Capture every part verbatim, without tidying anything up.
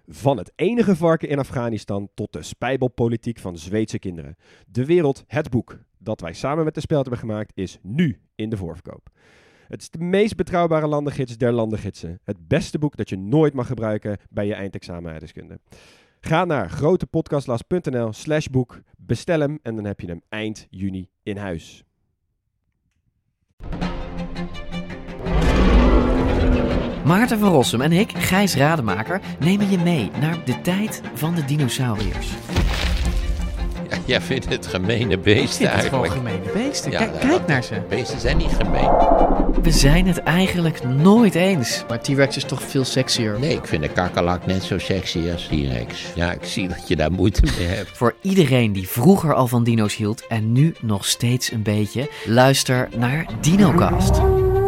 Van het enige varken in Afghanistan tot de spijbelpolitiek van Zweedse kinderen. De Wereld, het boek dat wij samen met de Speld hebben gemaakt, is nu in de voorverkoop. Het is de meest betrouwbare landengids der landengidsen. Het beste boek dat je nooit mag gebruiken bij je eindexamen aardrijkskunde. Ga naar grotepodcastlas.nl slash boek, bestel hem en dan heb je hem eind juni in huis. Maarten van Rossum en ik, Gijs Rademaker, nemen je mee naar de tijd van de dinosauriërs. Ja, jij vindt het gemene beesten Ik vind het eigenlijk. gewoon gemene beesten. Ja, Kijk, nou, kijk naar ze. Beesten zijn niet gemeen. We zijn het eigenlijk nooit eens. Maar T-Rex is toch veel sexier? Nee, ik vind de kakkerlak net zo sexy als T-Rex. Ja, ik zie dat je daar moeite mee hebt. Voor iedereen die vroeger al van dino's hield en nu nog steeds een beetje, luister naar DinoCast.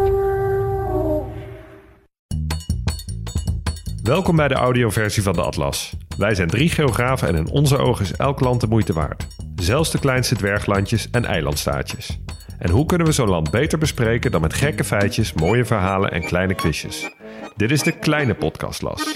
Welkom bij de audioversie van de Atlas. Wij zijn drie geografen en in onze ogen is elk land de moeite waard. Zelfs de kleinste dwerglandjes en eilandstaatjes. En hoe kunnen we zo'n land beter bespreken dan met gekke feitjes, mooie verhalen en kleine quizjes? Dit is de kleine podcastlas.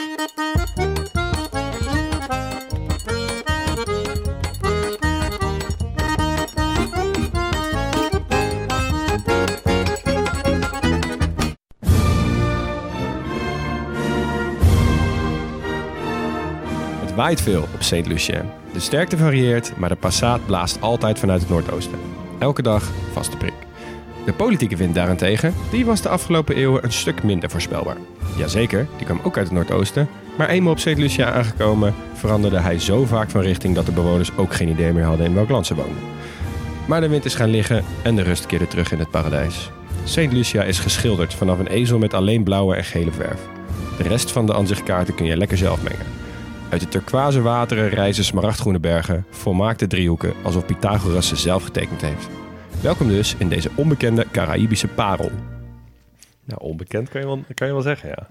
Het waait veel op Saint Lucien. De sterkte varieert, maar de passaat blaast altijd vanuit het noordoosten. Elke dag vaste prik. De politieke wind daarentegen, die was de afgelopen eeuwen een stuk minder voorspelbaar. Jazeker, die kwam ook uit het noordoosten, maar eenmaal op Saint Lucia aangekomen veranderde hij zo vaak van richting dat de bewoners ook geen idee meer hadden in welk land ze woonden. Maar de wind is gaan liggen en de rust keerde terug in het paradijs. Saint Lucia is geschilderd vanaf een ezel met alleen blauwe en gele verf. De rest van de aanzichtkaarten kun je lekker zelf mengen. Uit de turquoise wateren rijzen smaragdgroene bergen, volmaakte driehoeken alsof Pythagoras ze zelf getekend heeft. Welkom dus in deze onbekende Caraïbische parel. Nou, onbekend kan je wel, kan je wel zeggen, ja.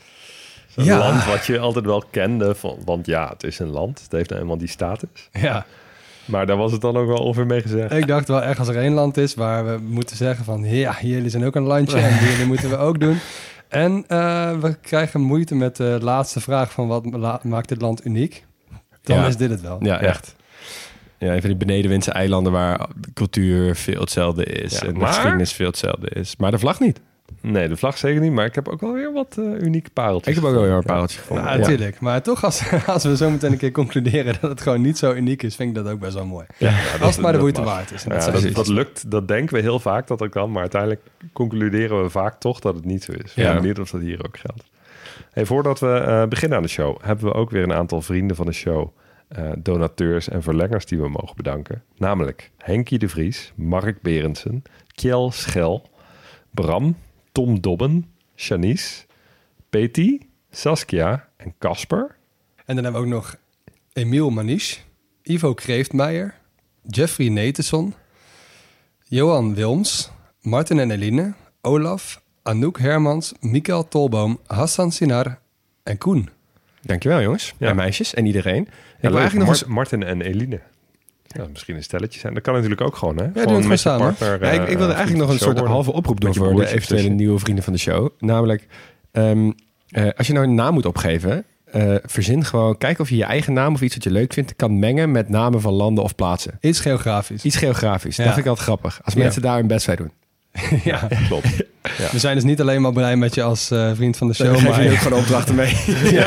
Een Ja. land wat je altijd wel kende, van, want ja, het is een land. Het heeft nou eenmaal die status. Ja, Maar daar was het dan ook wel ongeveer mee gezegd. ik dacht wel echt als er één land is waar we moeten zeggen van... ja, jullie zijn ook een landje en jullie moeten we ook doen. En uh, we krijgen moeite met de laatste vraag van wat la- maakt dit land uniek. Dan Ja. is dit het wel. Ja, echt. Ja, een van die benedenwindse eilanden waar de cultuur veel hetzelfde is Ja, en de maar- geschiedenis veel hetzelfde is. Maar de vlag niet. Nee, de vlag zeker niet, maar ik heb ook wel weer wat uh, unieke pareltjes. Ik heb ook wel weer een gevonden. pareltje gevonden. Ja, Ja. natuurlijk. Maar toch, als, als we zo meteen een keer concluderen dat het gewoon niet zo uniek is, vind ik dat ook best wel mooi. Ja, ja, Als dat- het maar de dat moeite mag. waard is. En Ja, dat dat, zijn dat, ze. lukt, dat denken we heel vaak dat dat kan, maar uiteindelijk concluderen we vaak toch dat het niet zo is. Ik ben Ja. benieuwd of dat hier ook geldt. Hey, voordat we uh, beginnen aan de show, hebben we ook weer een aantal vrienden van de show, uh, donateurs en verlengers die we mogen bedanken. Namelijk Henkie de Vries, Mark Berendsen, Kjell Schel, Bram, Tom Dobben, Janice, Peti, Saskia en Casper. En dan hebben we ook nog Emiel Maniche, Ivo Kreeftmeijer, Jeffrey Neteson, Johan Wilms, Martin en Eline, Olaf, Anouk Hermans, Mikael Tolboom, Hassan Sinar en Koen. Dankjewel jongens Ja. en meisjes en iedereen. Ik Ja, wil leuk. eigenlijk nog eens... Mar- Martin en Eline. Ja, misschien een stelletje zijn. Dat kan natuurlijk ook gewoon, hè? doen het gewoon met je samen. partner, Ja, ik, uh, ik wilde uh, eigenlijk nog een vriend soort van de show halve oproep doen Met je voor de broertjes eventuele tussen. nieuwe vrienden van de show. Namelijk, ehm, eh, als je nou een naam moet opgeven, eh, verzin gewoon, kijk of je je eigen naam of iets wat je leuk vindt kan mengen met namen van landen of plaatsen. Iets geografisch. Iets geografisch. Ja. Dat vind ik altijd grappig. Als Ja. mensen daar hun best bij doen. ja. Klopt. We zijn dus niet alleen maar blij met je als uh, vriend van de show, Dan geef maar je ook gewoon opdrachten mee. ja,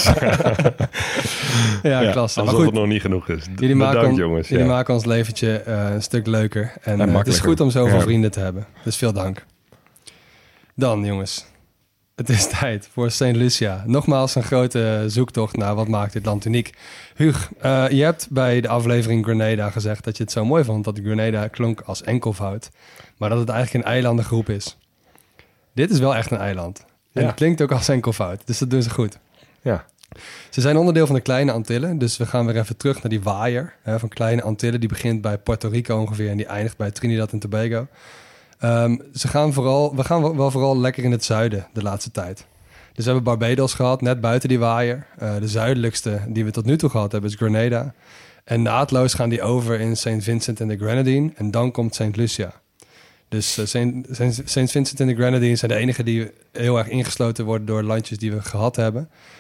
ja, klasse. Maar Alsof goed, het nog niet genoeg is. D- jullie, maken, Bedankt, on- jongens. jullie ja. maken ons leventje uh, een stuk leuker. En uh, het is makkelijker. goed om zoveel Ja. vrienden te hebben. Dus veel dank. Dan, jongens. Het is tijd voor Saint Lucia. Nogmaals een grote zoektocht naar wat maakt dit land uniek. Huug, uh, je hebt bij de aflevering Grenada gezegd dat je het zo mooi vond dat Grenada klonk als enkelvoud. Maar dat het eigenlijk een eilandengroep is. Dit is wel echt een eiland. En Ja. het klinkt ook als enkelvoud. Dus dat doen ze goed. Ja. Ze zijn onderdeel van de Kleine Antillen. Dus we gaan weer even terug naar die waaier hè, van Kleine Antillen. Die begint bij Puerto Rico ongeveer en die eindigt bij Trinidad en Tobago. Um, ze gaan vooral, we gaan wel vooral lekker in het zuiden de laatste tijd. Dus we hebben Barbados gehad, net buiten die waaier. Uh, de zuidelijkste die we tot nu toe gehad hebben is Grenada. En naadloos gaan die over in Saint Vincent en de Grenadine. En dan komt Saint Lucia. Dus uh, Saint Vincent en de Grenadines zijn de enige die heel erg ingesloten worden door landjes die we gehad hebben.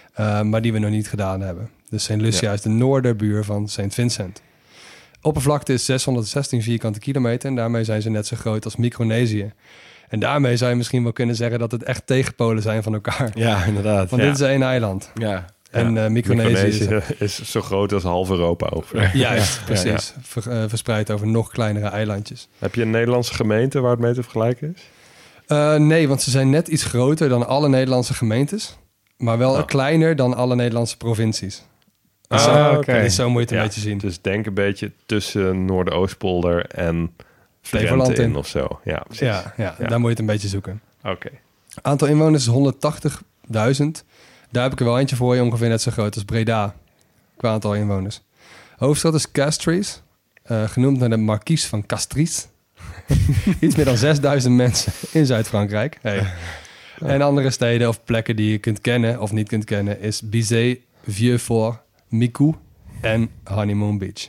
Uh, maar die we nog niet gedaan hebben. Dus Saint Lucia ja. is de noorderbuur van Saint Vincent. Oppervlakte is zeshonderdzestien vierkante kilometer... en daarmee zijn ze net zo groot als Micronesië. En daarmee zou je misschien wel kunnen zeggen... dat het echt tegenpolen zijn van elkaar. Ja, inderdaad. Want ja. dit is één eiland. Ja. En ja. uh, Micronesië, Micronesië is... is zo groot als half Europa over. Juist, ja. precies. Ja. Ver, uh, verspreid over nog kleinere eilandjes. Heb je een Nederlandse gemeente waar het mee te vergelijken is? Uh, nee, want ze zijn net iets groter dan alle Nederlandse gemeentes. Maar wel oh. kleiner dan alle Nederlandse provincies. Ah, zo, oké. Okay. Dus zo moet je het een ja, beetje zien. Dus denk een beetje tussen Noordoostpolder en Drenthe in of zo. Ja, precies. Ja, ja, ja, daar moet je het een beetje zoeken. Oké. Okay. Aantal inwoners is honderdtachtigduizend. Daar heb ik er wel eentje voor je, ongeveer net zo groot als Breda. Qua aantal inwoners. Hoofdstad is Castries. Uh, genoemd naar de markies van Castries. Iets meer dan zesduizend mensen in Zuid-Frankrijk. Hey. En andere steden of plekken die je kunt kennen of niet kunt kennen... is Bizet, Vieux-Fort, Micou en Honeymoon Beach.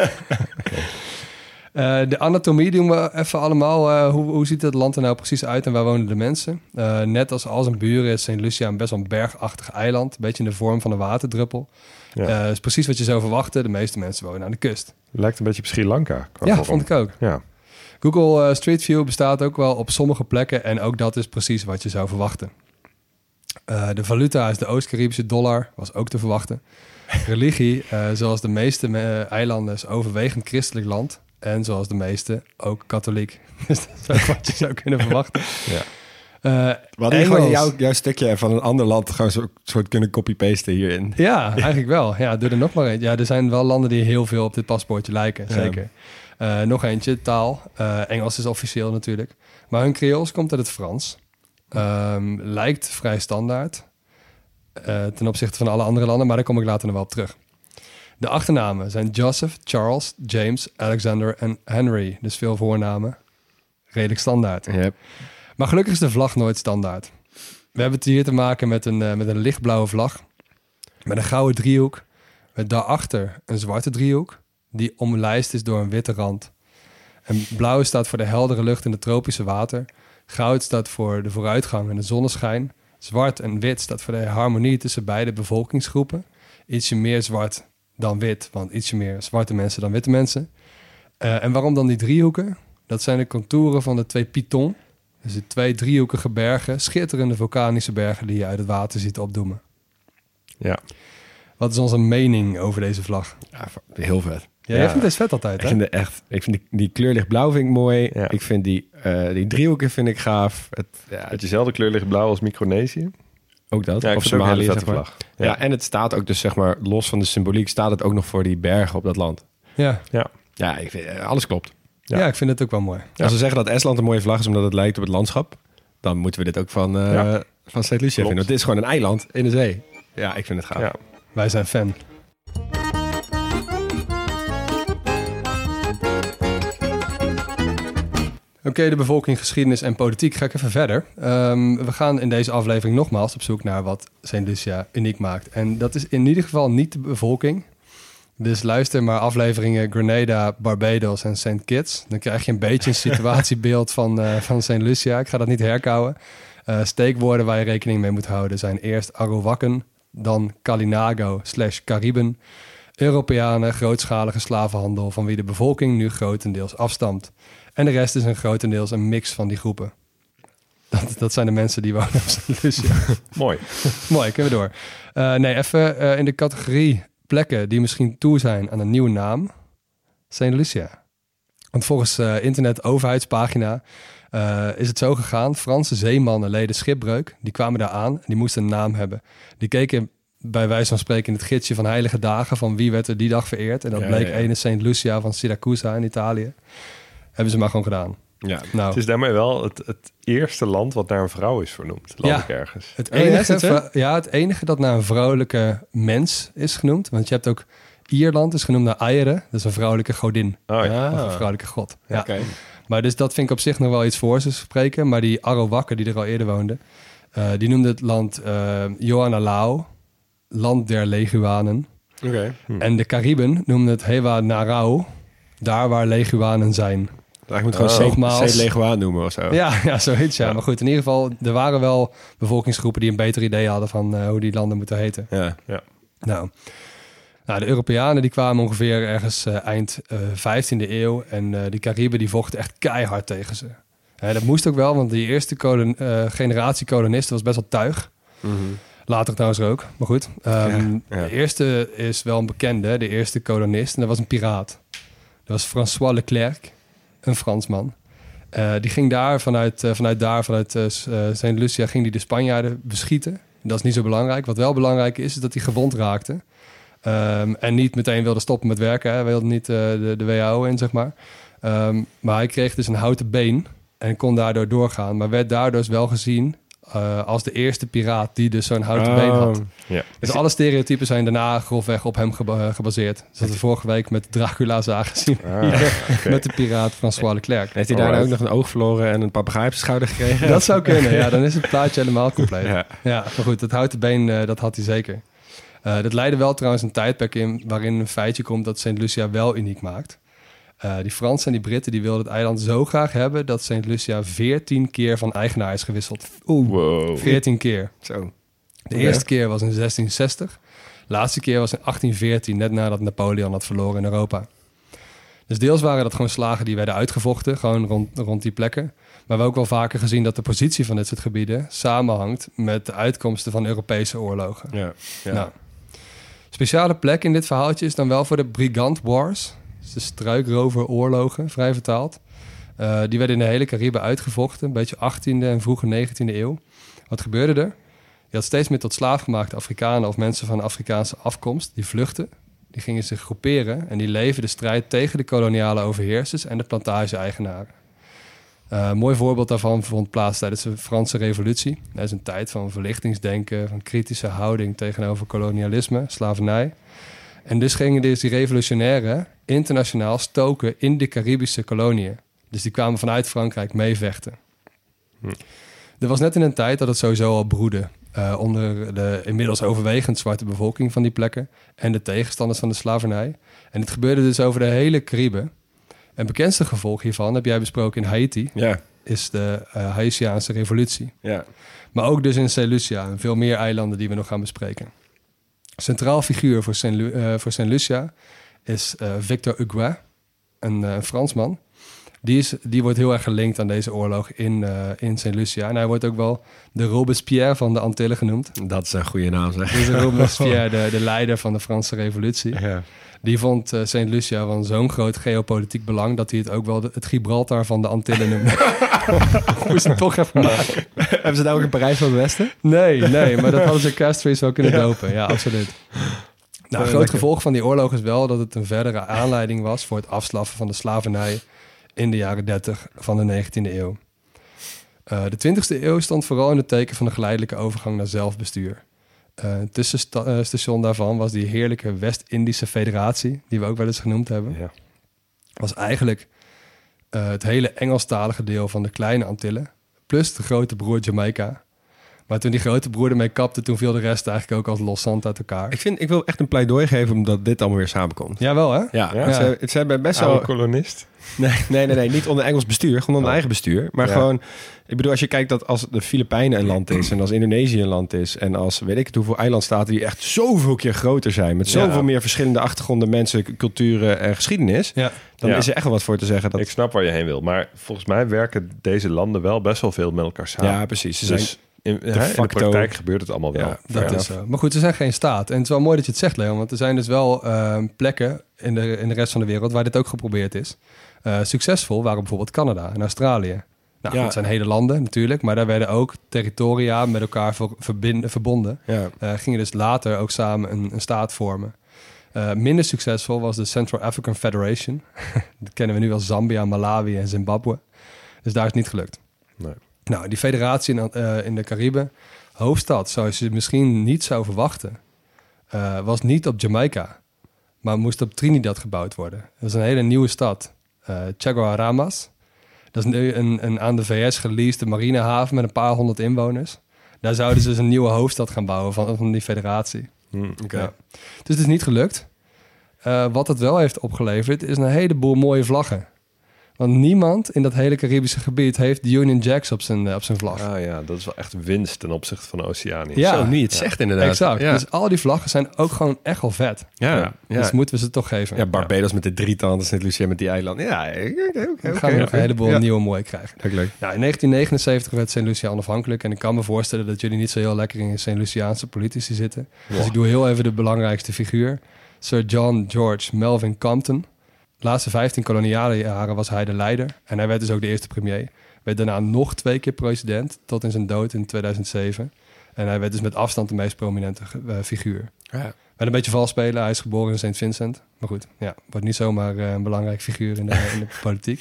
uh, de anatomie doen we even allemaal. Uh, hoe, hoe ziet het land er nou precies uit en waar wonen de mensen? Uh, net als al zijn buren is Saint Lucia een best wel een bergachtig eiland. Een beetje in de vorm van een waterdruppel. Dat ja. uh, is precies wat je zou verwachten. De meeste mensen wonen aan de kust. Lijkt een beetje op Sri Lanka. Ja, vorm. Vond ik ook. Ja. Google uh, Street View bestaat ook wel op sommige plekken... en ook dat is precies wat je zou verwachten. Uh, de valuta is de Oost-Caribische dollar, was ook te verwachten. Religie, uh, zoals de meeste uh, eilanden, is overwegend christelijk land... en zoals de meeste ook katholiek. Dus dat is ook wat je zou kunnen verwachten. Ja. Uh, We hadden gewoon jouw, jouw stukje van een ander land... gewoon zo soort kunnen copy-pasten hierin. Ja, eigenlijk wel. Ja, doe er nog maar een. Ja, er zijn wel landen die heel veel op dit paspoortje lijken, zeker. Ja. Uh, nog eentje, taal. Uh, Engels is officieel natuurlijk. Maar hun Creools komt uit het Frans. Um, lijkt vrij standaard. Uh, ten opzichte van alle andere landen, maar daar kom ik later nog wel op terug. De achternamen zijn Joseph, Charles, James, Alexander en Henry. Dus veel voornamen. Redelijk standaard. Yep. Maar gelukkig is de vlag nooit standaard. We hebben het hier te maken met een, uh, met een lichtblauwe vlag. Met een gouden driehoek. Met daarachter een zwarte driehoek. Die omlijst is door een witte rand. En blauw staat voor de heldere lucht in het tropische water. Goud staat voor de vooruitgang en de zonneschijn. Zwart en wit staat voor de harmonie tussen beide bevolkingsgroepen. Ietsje meer zwart dan wit, want ietsje meer zwarte mensen dan witte mensen. Uh, en waarom dan die driehoeken? Dat zijn de contouren van de twee Pitons. Dus de twee driehoekige bergen, schitterende vulkanische bergen die je uit het water ziet opdoemen. Ja. Wat is onze mening over deze vlag? Ja, heel vet. Ja, jij ja. vindt het vet altijd, hè? Ik vind het echt. Ik vind die, die kleur lichtblauw vind ik mooi. Ja. Ik vind die, uh, die driehoeken vind ik gaaf. Het, ja, het dezelfde kleur lichtblauw als Micronesië. Ook dat. Ja, ik of vind het ook een hele vette zeg maar. vlag. Ja. Ja. ja, en het staat ook dus zeg maar los van de symboliek staat het ook nog voor die bergen op dat land. Ja, ja, ja. Ik vind, alles klopt. Ja. ja, ik vind het ook wel mooi. Ja. Als we zeggen dat Estland een mooie vlag is omdat het lijkt op het landschap, dan moeten we dit ook van uh, ja. van Saint Lucia vinden. Want dit is gewoon een eiland in de zee. Ja, ik vind het gaaf. Ja. Wij zijn fan. Oké, okay, de bevolking, geschiedenis en politiek ga ik even verder. Um, we gaan in deze aflevering nogmaals op zoek naar wat Saint Lucia uniek maakt. En dat is in ieder geval niet de bevolking. Dus luister maar afleveringen Grenada, Barbados en Saint Kitts. Dan krijg je een beetje een situatiebeeld van, uh, van Saint Lucia. Ik ga dat niet herkauwen. Uh, steekwoorden waar je rekening mee moet houden zijn eerst Arawakan, dan Kalinago slash Cariben. Europeanen, grootschalige slavenhandel van wie de bevolking nu grotendeels afstamt. En de rest is een grotendeels een mix van die groepen. Dat, dat zijn de mensen die wonen op Saint Lucia. Mooi. Mooi, kunnen we door. Uh, nee, even uh, in de categorie plekken die misschien toe zijn aan een nieuwe naam. Saint Lucia. Want volgens uh, internet overheidspagina uh, is het zo gegaan. Franse zeemannen leden schipbreuk. Die kwamen daar aan en die moesten een naam hebben. Die keken bij wijze van spreken in het gidsje van heilige dagen van wie werd er die dag vereerd. En dat ja, bleek ja, ja. ene Saint Lucia van Siracusa in Italië. Hebben ze maar gewoon gedaan. Ja. Nou. Het is daarmee wel het, het eerste land wat naar een vrouw is vernoemd. Las ja. ik ergens. Het enige, oh, het, ja, het enige dat naar een vrouwelijke mens is genoemd. Want je hebt ook Ierland is genoemd naar Aire. Dat is een vrouwelijke godin. Oh, ja. Of een vrouwelijke god. Ja. Okay. Maar dus dat vind ik op zich nog wel iets voor ze spreken. Maar die Arawakken die er al eerder woonden. Uh, die noemden het land uh, Joanalao. Land der leguanen. Okay. Hm. En de Cariben noemden het Hewa Narau. Daar waar leguanen zijn. Ik moet gewoon Oh. Saint, Nogmaals. Saint Leguaan noemen of zo. Ja, ja, zoiets. Ja. Ja. Maar goed, in ieder geval, er waren wel bevolkingsgroepen die een beter idee hadden van uh, hoe die landen moeten heten. Ja. Nou, nou, de Europeanen die kwamen ongeveer ergens uh, eind uh, vijftiende eeuw en uh, die Cariben die vochten echt keihard tegen ze. Uh, dat moest ook wel, want die eerste kolon, uh, generatie kolonisten was best wel tuig. Mm-hmm. Later trouwens ook, maar goed. Um, Ja, ja. De eerste is wel een bekende, de eerste kolonist. En dat was een piraat. Dat was François Leclerc, een Fransman. Uh, die ging daar vanuit, uh, vanuit daar, vanuit uh, Saint Lucia, ging die de Spanjaarden beschieten. Dat is niet zo belangrijk. Wat wel belangrijk is, is dat hij gewond raakte. Um, en niet meteen wilde stoppen met werken. Hè. Hij wilde niet uh, de, de W H O in, zeg maar. Um, maar hij kreeg dus een houten been en kon daardoor doorgaan. Maar werd daardoor dus wel gezien uh, als de eerste piraat die dus zo'n houten Oh. been had. Ja. Dus alle stereotypen zijn daarna grofweg op hem geba- gebaseerd. Dus dat we vorige week met Dracula zagen zien. Ah, Hier, oké. met de piraat François Leclerc. Heeft hij daar nou ook Alright. nog een oog verloren en een papegaai op zijn schouder gekregen? Dat zou kunnen, ja. Dan is het plaatje helemaal compleet. Ja, Ja. maar goed, dat houten been, uh, dat had hij zeker. Uh, dat leidde wel trouwens een tijdperk in waarin een feitje komt dat Saint Lucia wel uniek maakt. Uh, die Fransen en die Britten die wilden het eiland zo graag hebben dat Saint Lucia veertien keer van eigenaar is gewisseld. Oeh, Wow. veertien keer. zo. De Oké. eerste keer was in zestien zestig. De laatste keer was in achttien veertien, net nadat Napoleon had verloren in Europa. Dus deels waren dat gewoon slagen die werden uitgevochten, gewoon rond, rond die plekken. Maar we hebben ook wel vaker gezien dat de positie van dit soort gebieden samenhangt met de uitkomsten van Europese oorlogen. Ja. Ja. Nou, speciale plek in dit verhaaltje is dan wel voor de Brigand Wars. Dus de struikroveroorlogen, vrij vertaald. Uh, die werden in de hele Cariben uitgevochten, een beetje achttiende en vroege negentiende eeuw. Wat gebeurde er? Je had steeds meer tot slaafgemaakte Afrikanen of mensen van Afrikaanse afkomst die vluchtten. Die gingen zich groeperen en die leverden de strijd tegen de koloniale overheersers en de plantage-eigenaren. Uh, een mooi voorbeeld daarvan vond plaats tijdens de Franse Revolutie. Dat is een tijd van verlichtingsdenken, van kritische houding tegenover kolonialisme, slavernij. En dus gingen dus die revolutionairen internationaal stoken in de Caribische koloniën. Dus die kwamen vanuit Frankrijk meevechten. Hm. Er was net in een tijd dat het sowieso al broedde. Uh, onder de inmiddels overwegend zwarte bevolking van die plekken en de tegenstanders van de slavernij. En het gebeurde dus over de hele Cariben. Een bekendste gevolg hiervan, heb jij besproken in Haiti, Ja. is de uh, Haitiaanse revolutie. Ja. Maar ook dus in Saint Lucia en veel meer eilanden die we nog gaan bespreken. Centraal figuur voor Saint, Lu- uh, voor Saint Lucia is uh, Victor Hugo, een uh, Fransman. Die, is, die wordt heel erg gelinkt aan deze oorlog in, uh, in Saint Lucia. En hij wordt ook wel de Robespierre van de Antillen genoemd. Dat is een goede naam, zeg. Dus Robespierre, de, de leider van de Franse revolutie. Ja. Die vond uh, Saint Lucia van zo'n groot geopolitiek belang dat hij het ook wel de, het Gibraltar van de Antillen noemde. Moest het toch even maken. Hebben ze daar ook een Parijs van het Westen? Nee, nee, maar dat hadden ze Castries wel kunnen dopen. Ja, absoluut. Nou, een groot lekker. gevolg van die oorlog is wel dat het een verdere aanleiding was voor het afslaffen van de slavernij in de jaren dertig van de negentiende eeuw. Uh, de twintigste eeuw stond vooral in het teken van de geleidelijke overgang naar zelfbestuur. Uh, een tussenstation daarvan was die heerlijke West-Indische Federatie, die we ook wel eens genoemd hebben. Ja. Was eigenlijk uh, het hele Engelstalige deel van de kleine Antillen, plus de grote broer Jamaica. Maar toen die grote broer ermee kapte, toen viel de rest eigenlijk ook als los zand uit elkaar. Ik, vind, ik wil echt een pleidooi geven omdat dit allemaal weer samenkomt. Jawel, hè? Ja, Ja. Ze, ze hebben best wel... Oude kolonist. Nee, nee, nee, nee, niet onder Engels bestuur, gewoon onder Oh. eigen bestuur. Maar Ja. gewoon, ik bedoel, als je kijkt dat als de Filipijnen een land is en als Indonesië een land is en als weet ik het hoeveel eilandstaten die echt zoveel keer groter zijn, met zoveel Ja. meer verschillende achtergronden, mensen, culturen en geschiedenis, Ja. dan Ja. is er echt wel wat voor te zeggen. Dat, Ik snap waar je heen wil. Maar volgens mij werken deze landen wel best wel veel met elkaar samen. ja, precies. Ze zijn, Dus in, hè, in de facto- praktijk gebeurt het allemaal wel. Ja, Dat Ja. is zo. Maar goed, ze zijn geen staat. En het is wel mooi dat je het zegt, Leon. Want er zijn dus wel uh, plekken in de, in de rest van de wereld waar dit ook geprobeerd is. Uh, succesvol waren bijvoorbeeld Canada en Australië. Nou, Ja. dat zijn hele landen natuurlijk. Maar daar werden ook territoria met elkaar ver, verbinden, verbonden. ja. Uh, gingen dus later ook samen een, een staat vormen. Uh, minder succesvol was de Central African Federation. Dat kennen we nu als Zambia, Malawi en Zimbabwe. Dus daar is het niet gelukt. Nee. Nou, die federatie in, uh, in de Cariben, hoofdstad, zoals je misschien niet zou verwachten, uh, was niet op Jamaica, maar moest op Trinidad gebouwd worden. Dat is een hele nieuwe stad, uh, Chaguaramas. Dat is nu een, een aan de V S geleasede marinehaven met een paar honderd inwoners. Daar zouden ze dus een nieuwe hoofdstad gaan bouwen van, van die federatie. Hm. Oké. Ja. Dus het is niet gelukt. Uh, wat het wel heeft opgeleverd is een heleboel mooie vlaggen. Want niemand in dat hele Caribische gebied heeft de Union Jacks op zijn, uh, op zijn vlag. Ah ja, dat is wel echt winst ten opzichte van Oceanië. Ja. Zo, nu je het Ja. zegt inderdaad. Exact. Ja. Dus al die vlaggen zijn ook gewoon echt wel vet. Ja, Ja. ja. Dus moeten we ze toch geven. Ja, Barbados met de drie tanden, Saint Lucia met die eilanden. Ja, oké, oké, oké. Dan gaan we nog een heleboel Ja. nieuwe mooie krijgen. Leuk, leuk. Nou, in negentien negenenzeventig werd Saint Lucia onafhankelijk. En ik kan me voorstellen dat jullie niet zo heel lekker in Saint Luciaanse politici zitten. Dus ik doe heel even de belangrijkste figuur. Sir John George Melvin Compton. De laatste vijftien koloniale jaren was hij de leider. En hij werd dus ook de eerste premier. Werd daarna nog twee keer president, tot in zijn dood in tweeduizend zeven. En hij werd dus met afstand de meest prominente uh, figuur. Ja. Met een beetje vals spelen. Hij is geboren in Saint Vincent. Maar goed, ja, wordt niet zomaar uh, een belangrijk figuur in de, in de politiek.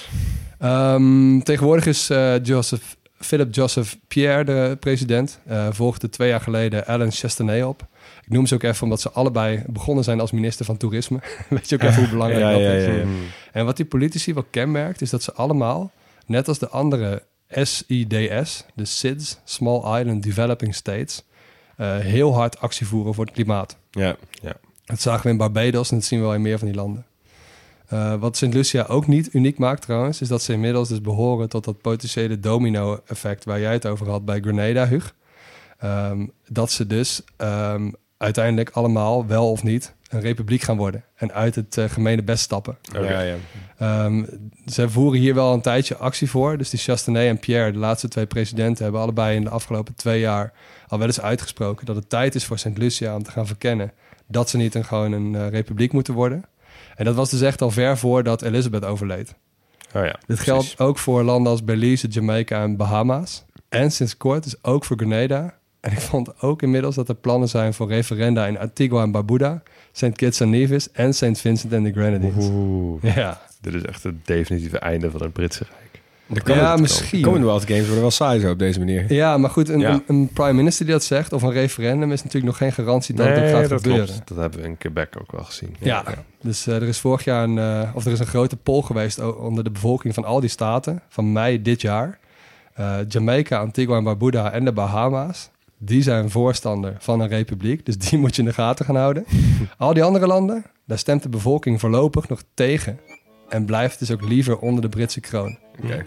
Um, tegenwoordig is uh, Joseph, Philip Joseph Pierre de president. Uh, volgde twee jaar geleden Alan Chastanet op. Ik noem ze ook even omdat ze allebei begonnen zijn als minister van Toerisme. Weet je ook even hoe belangrijk Ja, dat ja, is. ja, ja. En wat die politici wel kenmerkt, is dat ze allemaal, net als de andere S I D S, de S I Ds, Small Island Developing States, uh, heel hard actie voeren voor het klimaat. Ja. Dat zagen we in Barbados en dat zien we wel in meer van die landen. Uh, wat Saint Lucia ook niet uniek maakt trouwens, is dat ze inmiddels dus behoren tot dat potentiële domino-effect waar jij het over had bij Grenada, Hug. Um, dat ze dus um, uiteindelijk allemaal, wel of niet, een republiek gaan worden en uit het uh, gemene best stappen. Okay. Ja, ja. Um, ze voeren hier wel een tijdje actie voor. Dus die Chastanet en Pierre, de laatste twee presidenten, hebben allebei in de afgelopen twee jaar al wel eens uitgesproken dat het tijd is voor Saint Lucia om te gaan verkennen dat ze niet een, gewoon een uh, republiek moeten worden. En dat was dus echt al ver voordat Elizabeth overleed. Oh ja, Dit precies. geldt ook voor landen als Belize, Jamaica en Bahama's. En sinds kort dus ook voor Grenada. En ik vond ook inmiddels dat er plannen zijn voor referenda in Antigua en Barbuda, Saint Kitts en Nevis en Saint Vincent and the Grenadines. Oeh, Ja, dit is echt het definitieve einde van het Britse Rijk. De komende, ja, misschien. De Commonwealth Games worden wel saai zo op deze manier. Ja, maar goed, een, Ja. een, een prime minister die dat zegt, of een referendum, is natuurlijk nog geen garantie dat het ook gaat dat gebeuren. klopt. Dat hebben we in Quebec ook wel gezien. Ja, dus uh, er is vorig jaar een, uh, of er is een grote poll geweest o- onder de bevolking van al die staten van mei dit jaar. Uh, Jamaica, Antigua en Barbuda en de Bahama's, die zijn voorstander van een republiek. Dus die moet je in de gaten gaan houden. Al die andere landen, daar stemt de bevolking voorlopig nog tegen. En blijft dus ook liever onder de Britse kroon. Oké.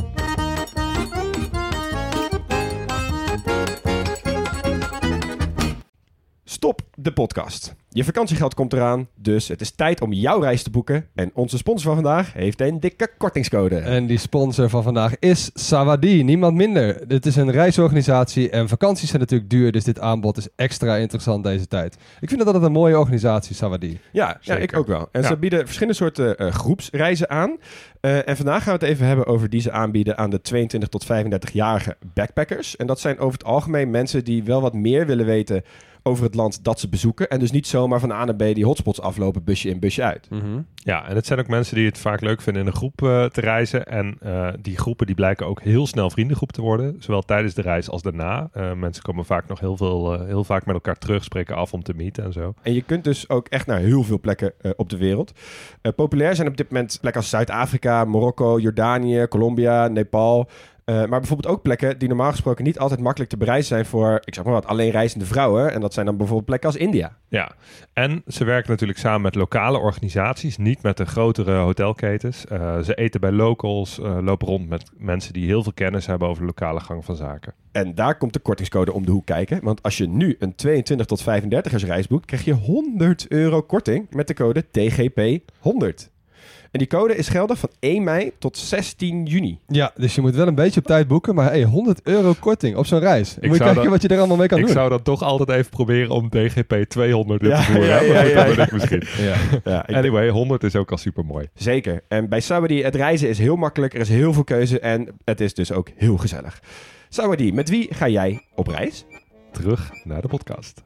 Stop de podcast. Je vakantiegeld komt eraan, dus het is tijd om jouw reis te boeken. En onze sponsor van vandaag heeft een dikke kortingscode. En die sponsor van vandaag is Sawadee, niemand minder. Dit is een reisorganisatie en vakanties zijn natuurlijk duur, dus dit aanbod is extra interessant deze tijd. Ik vind dat altijd een mooie organisatie, Sawadee. Ja, ja, Zeker. ik ook wel. En Ja. ze bieden verschillende soorten uh, groepsreizen aan. Uh, en vandaag gaan we het even hebben over die ze aanbieden aan de tweeëntwintig tot vijfendertig-jarige backpackers. En dat zijn over het algemeen mensen die wel wat meer willen weten over het land dat ze bezoeken. En dus niet zomaar van A naar B die hotspots aflopen, busje in, busje uit. Ja, en het zijn ook mensen die het vaak leuk vinden in een groep uh, te reizen. En uh, die groepen die blijken ook heel snel vriendengroep te worden. Zowel tijdens de reis als daarna. Uh, mensen komen vaak nog heel, veel, uh, heel vaak met elkaar terug, spreken af om te meeten en zo. En je kunt dus ook echt naar heel veel plekken uh, op de wereld. Uh, populair zijn op dit moment plekken als Zuid-Afrika, Marokko, Jordanië, Colombia, Nepal. Uh, maar bijvoorbeeld ook plekken die normaal gesproken niet altijd makkelijk te bereizen zijn voor, ik zeg maar wat, alleen reizende vrouwen. En dat zijn dan bijvoorbeeld plekken als India. Ja, en ze werken natuurlijk samen met lokale organisaties, niet met de grotere hotelketens. Uh, ze eten bij locals, uh, lopen rond met mensen die heel veel kennis hebben over de lokale gang van zaken. En daar komt de kortingscode om de hoek kijken. Want als je nu een tweeëntwintig tot vijfendertigers reis boekt, krijg je honderd euro korting met de code T G P honderd. En die code is geldig van één mei tot zestien juni. Ja, dus je moet wel een beetje op tijd boeken, maar hey, honderd euro korting op zo'n reis. Moet je zou kijken dat- wat je er allemaal mee kan Ik doen. zou dat toch altijd even proberen om T G P tweehonderd in Ja, te voeren. ja, hè? ja, Maar goed, ja, dat ben ja. ik misschien. Ja. Ja, ik Anyway, honderd is ook al super mooi. Zeker. En bij Sawadee, het reizen is heel makkelijk. Er is heel veel keuze en het is dus ook heel gezellig. Sawadee, met wie ga jij op reis? Terug naar de podcast.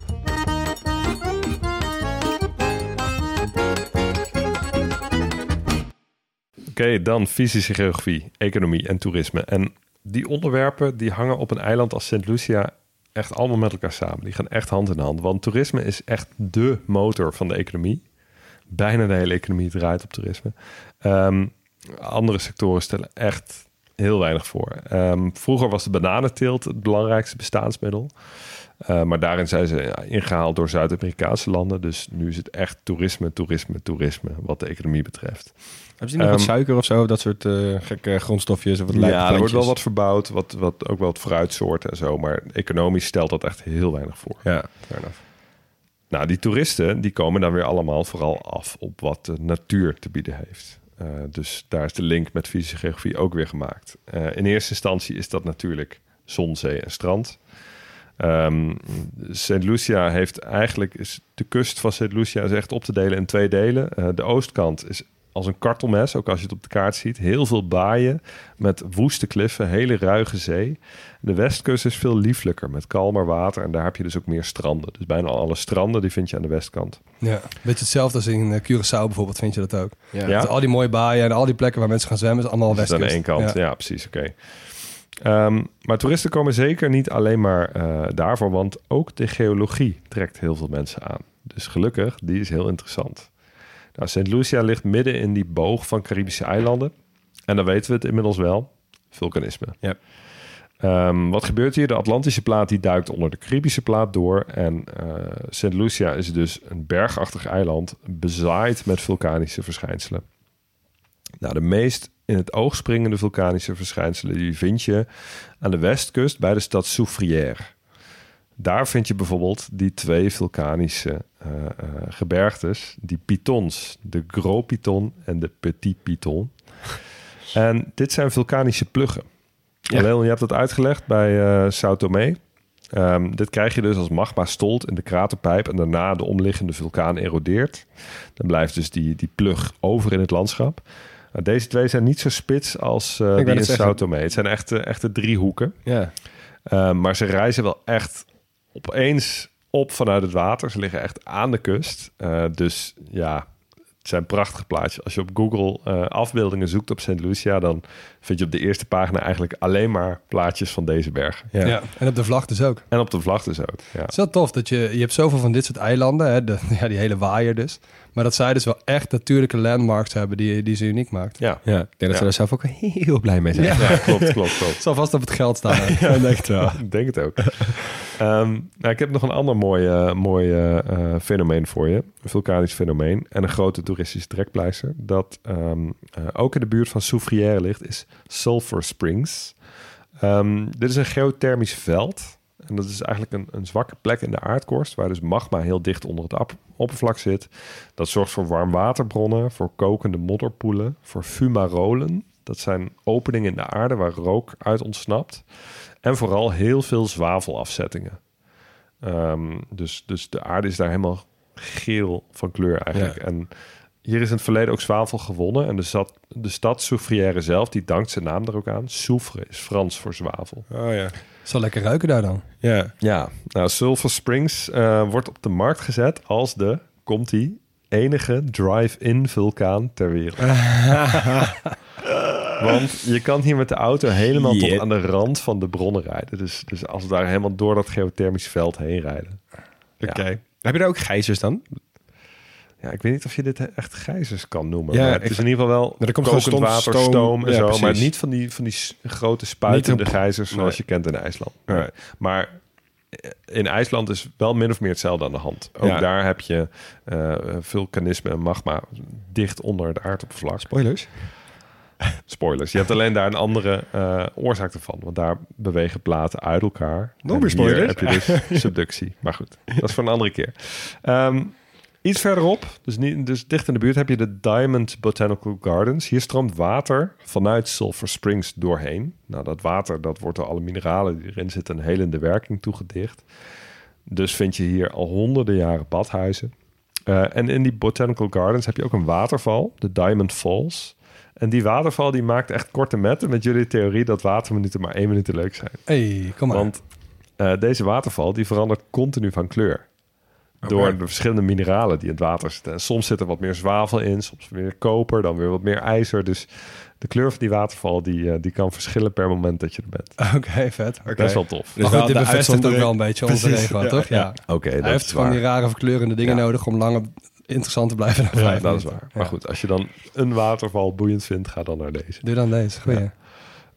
Oké, okay, dan fysische geografie, economie en toerisme. En die onderwerpen die hangen op een eiland als Saint Lucia echt allemaal met elkaar samen. Die gaan echt hand in hand. Want toerisme is echt dé motor van de economie. Bijna de hele economie draait op toerisme. Um, andere sectoren stellen echt heel weinig voor. Um, vroeger was de bananenteelt het belangrijkste bestaansmiddel. Uh, maar daarin zijn ze ja, ingehaald door Zuid-Amerikaanse landen. Dus nu is het echt toerisme, toerisme, toerisme wat de economie betreft. Hebben ze nog Um, wat suiker of zo? Dat soort uh, gekke grondstofjes of wat Ja, lijpe er wordt wel plantjes? wat verbouwd. Wat, wat, ook wel wat fruitsoorten en zo. Maar economisch stelt dat echt heel weinig voor. Ja, fair enough. Nou, die toeristen die komen dan weer allemaal vooral af op wat de natuur te bieden heeft. Uh, dus daar is de link met fysische geografie ook weer gemaakt. Uh, in eerste instantie is dat natuurlijk zon, zee en strand. Um, Saint Lucia heeft eigenlijk... Is de kust van Saint Lucia is echt op te delen in twee delen. Uh, de oostkant is als een kartelmes, ook als je het op de kaart ziet. Heel veel baaien met woeste kliffen, hele ruige zee. De westkust is veel lieflijker met kalmer water. En daar heb je dus ook meer stranden. Dus bijna alle stranden die vind je aan de westkant. Ja, beetje hetzelfde als in uh, Curaçao bijvoorbeeld, vind je dat ook. Ja. Ja. Dus al die mooie baaien en al die plekken waar mensen gaan zwemmen... is allemaal Dus westkust. aan de één kant, ja, Ja. precies, oké. Okay. Um, maar toeristen komen zeker niet alleen maar uh, daarvoor... want ook de geologie trekt heel veel mensen aan. Dus gelukkig, die is heel interessant. Nou, Saint Lucia ligt midden in die boog van Caribische eilanden. En dan weten we het inmiddels wel. Vulkanisme. Ja. Um, wat gebeurt hier? De Atlantische plaat die duikt onder de Caribische plaat door. En uh, Saint Lucia is dus een bergachtig eiland... bezaaid met vulkanische verschijnselen. Nou, de meest in het oog springende vulkanische verschijnselen... die vind je aan de westkust bij de stad Soufrière. Daar vind je bijvoorbeeld die twee vulkanische uh, uh, gebergtes. Die pitons, de Gros Piton en de Petit Piton. En dit zijn vulkanische pluggen. Ja. Leon, je hebt dat uitgelegd bij uh, Sao Tomé. Um, dit krijg je dus als magma stolt in de kraterpijp... en daarna de omliggende vulkaan erodeert. Dan blijft dus die, die plug over in het landschap. Nou, deze twee zijn niet zo spits als uh, die wou in net zeggen. Sao Tomé. Het zijn echte, echte driehoeken. Ja. Um, maar ze reizen wel echt opeens op vanuit het water. Ze liggen echt aan de kust. Uh, dus ja, het zijn prachtige plaatjes. Als je op Google uh, afbeeldingen zoekt op Saint Lucia... dan vind je op de eerste pagina eigenlijk alleen maar plaatjes van deze bergen. Ja. Ja. En op de vlag dus ook. En op de vlag dus ook. Ja. Het is wel tof dat je... Je hebt zoveel van dit soort eilanden. Hè, de, ja, die hele waaier dus. Maar dat zij dus wel echt natuurlijke landmarks hebben... die, die ze uniek maakt. Ja. Ja, ik denk dat Ja. ze daar zelf ook heel blij mee zijn. Ja. Ja, klopt, klopt, klopt. Het zal vast op het geld staan. hè. Ja, denk het wel. Ik denk het ook. Um, nou, ik heb nog een ander mooi, uh, mooi uh, fenomeen voor je. Een vulkanisch fenomeen. En een grote toeristische trekpleister. Dat um, uh, ook in de buurt van Soufrière ligt, is Sulphur Springs. Um, dit is een geothermisch veld. En dat is eigenlijk een, een zwakke plek in de aardkorst... waar dus magma heel dicht onder het op- oppervlak zit. Dat zorgt voor warmwaterbronnen, voor kokende modderpoelen... voor fumarolen. Dat zijn openingen in de aarde waar rook uit ontsnapt. En vooral heel veel zwavelafzettingen. Um, dus, dus de aarde is daar helemaal geel van kleur eigenlijk. Ja. En hier is in het verleden ook zwavel gewonnen. En de, stad, de stad Soufrière zelf, die dankt zijn naam er ook aan. Soufre is Frans voor zwavel. Oh ja. Zal lekker ruiken daar dan. Ja. Ja, nou, Sulphur Springs uh, wordt op de markt gezet als de, komt-ie, enige drive-in vulkaan ter wereld. Want je kan hier met de auto helemaal Yeah. tot aan de rand van de bronnen rijden. Dus, dus als we daar helemaal door dat geothermisch veld heen rijden. Oké. Ja. Heb je daar ook gijzers dan? Ja, ik weet niet of je dit echt gijzers kan noemen. Ja, maar het ik- is in ieder geval wel er komt kokend gewoon water, stoom- stoom, en ja, zo. precies. Maar niet van die, van die s- grote spuitende Niet een- gijzers zoals Nee. je kent in IJsland. Nee. Maar in IJsland is wel min of meer hetzelfde aan de hand. Ook Ja. daar heb je uh, vulkanisme en magma dicht onder het aardoppervlak. Spoilers. Spoilers. Je hebt alleen daar een andere uh, oorzaak ervan. Want daar bewegen platen uit elkaar. Nog En meer spoilers? hier heb je dus subductie. Maar goed, dat is voor een andere keer. Um, iets verderop, dus, niet, dus dicht in de buurt, heb je de Diamond Botanical Gardens. Hier stroomt water vanuit Sulphur Springs doorheen. Nou, dat water dat wordt door alle mineralen die erin zitten een helende werking toegedicht. Dus vind je hier al honderden jaren badhuizen. Uh, en in die Botanical Gardens heb je ook een waterval, de Diamond Falls. En die waterval die maakt echt korte metten met jullie theorie dat waterminuten maar één minuut leuk zijn. Hey, kom maar. Want uh, deze waterval die verandert continu van kleur. Door Oké. de verschillende mineralen die in het water zitten. En soms zit er wat meer zwavel in, soms meer koper, dan weer wat meer ijzer. Dus de kleur van die waterval die, uh, die kan verschillen per moment dat je er bent. Oké, vet. Okay. Best wel tof. Dus Maar wel goed, dit de bevestigt ook uitzondering- wel een beetje onze Precies, regel, ja, toch? Ja. ja. Oké, okay, Hij dat heeft is gewoon waar. die rare verkleurende dingen Ja. nodig om langer interessant te blijven dan Ja, vijf dat is minuten. waar. Maar Ja. goed, als je dan een waterval boeiend vindt, ga dan naar deze. Doe dan deze. Goeie. Ja.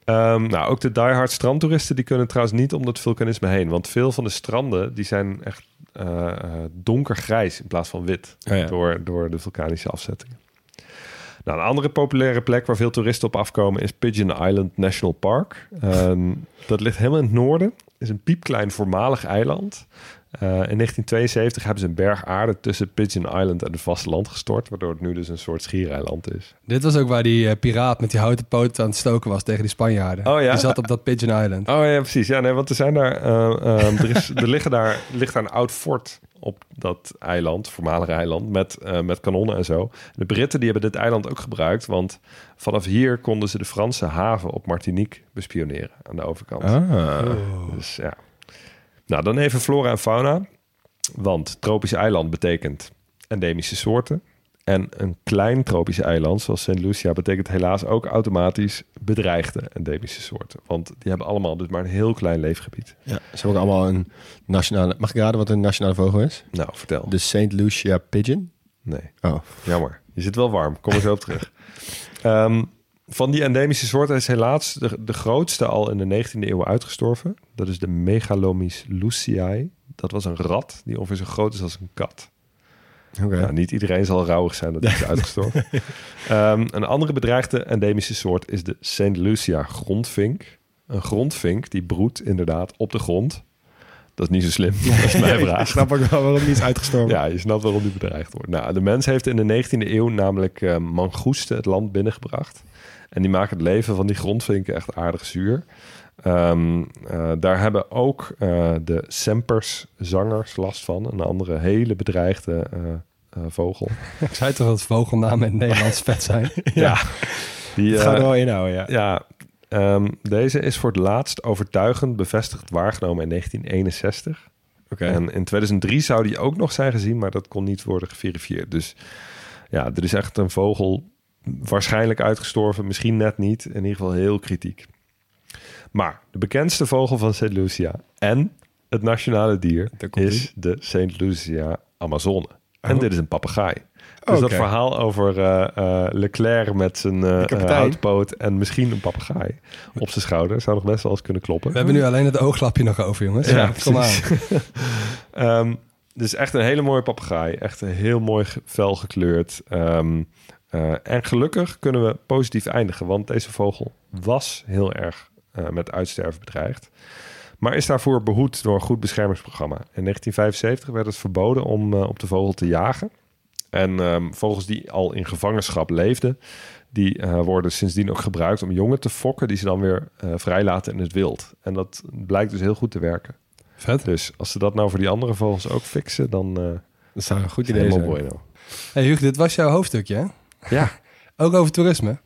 Um, nou, ook de diehard strandtoeristen die kunnen trouwens niet om dat vulkanisme heen. Want veel van de stranden die zijn echt uh, uh, donkergrijs in plaats van wit. Oh ja. door, door de vulkanische afzettingen. Nou, een andere populaire plek waar veel toeristen op afkomen is Pigeon Island National Park. Um, dat ligt helemaal in het noorden. Het is een piepklein voormalig eiland. Uh, in negentien tweeënzeventig hebben ze een berg aarde tussen Pigeon Island en het vasteland gestort, waardoor het nu dus een soort schiereiland is. Dit was ook waar die uh, piraat met die houten poot aan het stoken was tegen die Spanjaarden. Oh ja? Die zat op dat Pigeon Island. Oh ja, precies. Ja, nee, want er zijn daar, uh, um, er, is, er, liggen daar, er ligt daar een oud fort op dat eiland, voormalig eiland, met, uh, met kanonnen en zo. De Britten die hebben dit eiland ook gebruikt, want vanaf hier konden ze de Franse haven op Martinique bespioneren aan de overkant. Ah. Oh. Dus ja. Nou, dan even flora en fauna. Want tropisch eiland betekent endemische soorten. En een klein tropisch eiland, zoals Saint Lucia, betekent helaas ook automatisch bedreigde endemische soorten. Want die hebben allemaal dus maar een heel klein leefgebied. Ja, ze hebben ook allemaal een nationale... Mag ik raden wat een nationale vogel is? Nou, vertel. De Saint Lucia pigeon? Nee. Oh. Jammer. Je zit wel warm. Kom er zo op terug. Um, van die endemische soorten is helaas de, de grootste al in de negentiende eeuw uitgestorven. Dat is de Megalomys luciae. Dat was een rat die ongeveer zo groot is als een kat. Okay. Nou, niet iedereen zal rouwig zijn dat hij is uitgestorven. um, een andere bedreigde endemische soort is de Saint Lucia grondvink. Een grondvink die broedt inderdaad op de grond. Dat is niet zo slim. Dat is mijn vraag. Ik snap ook wel waarom die is uitgestorven. Ja, je snapt waarom die bedreigd wordt. Nou, de mens heeft in de negentiende eeuw namelijk uh, mangoesten het land binnengebracht. En die maken het leven van die grondvinken echt aardig zuur. Um, uh, daar hebben ook uh, de semperszangers last van. Een andere hele bedreigde uh, uh, vogel. Ik zei toch dat vogelnamen in het Nederlands vet zijn? Ja. Die, Het uh, gaat er wel inhouden, ja. Ja, um, deze is voor het laatst overtuigend bevestigd waargenomen in negentien eenenzestig. Okay. En in tweeduizend drie zou die ook nog zijn gezien, maar dat kon niet worden geverifieerd. Dus ja, er is echt een vogel waarschijnlijk uitgestorven, misschien net niet. In ieder geval heel kritiek. Maar de bekendste vogel van Saint Lucia en het nationale dier is de Saint Lucia Amazone. En Oh. dit is een papegaai. Dus Okay. dat verhaal over uh, uh, Leclerc met zijn uh, kapitein. houtpoot en misschien een papegaai op zijn schouder zou nog best wel eens kunnen kloppen. We hebben nu alleen het ooglapje nog over, jongens. Ja, Kom aan. um, dus echt een hele mooie papegaai. Echt een heel mooi ge- fel gekleurd. Um, uh, en gelukkig kunnen we positief eindigen, want deze vogel was heel erg uh, met uitsterven bedreigd. Maar is daarvoor behoed door een goed beschermingsprogramma. In negentien vijfenzeventig werd het verboden om uh, op de vogel te jagen. En um, vogels die al in gevangenschap leefden, die uh, worden sindsdien ook gebruikt om jongen te fokken, die ze dan weer uh, vrijlaten in het wild. En dat blijkt dus heel goed te werken. Vet. Dus als ze dat nou voor die andere vogels ook fixen, dan uh, Dat zou een goed idee helemaal zijn. bueno. Hey Hugo, dit was jouw hoofdstukje, hè? Ja. Ook over toerisme.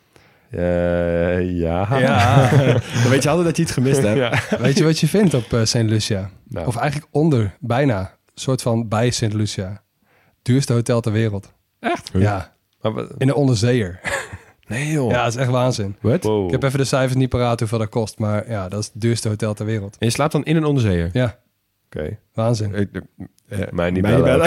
Uh, ja. Ja, dan weet je altijd dat je iets gemist hebt. Ja. Weet je wat je vindt op uh, Saint Lucia? Nou. Of eigenlijk onder, bijna. Een soort van bij Saint Lucia. Duurste hotel ter wereld. Echt? Ja, Maar wat- in de onderzeeër. nee joh. Ja, dat is echt waanzin. Wat? Wow. Ik heb even de cijfers niet paraat hoeveel dat kost. Maar ja, dat is het duurste hotel ter wereld. En je slaapt dan in een onderzeeër? Ja, Oké. waanzin. Ik- eh, Mij niet mij niet bellen.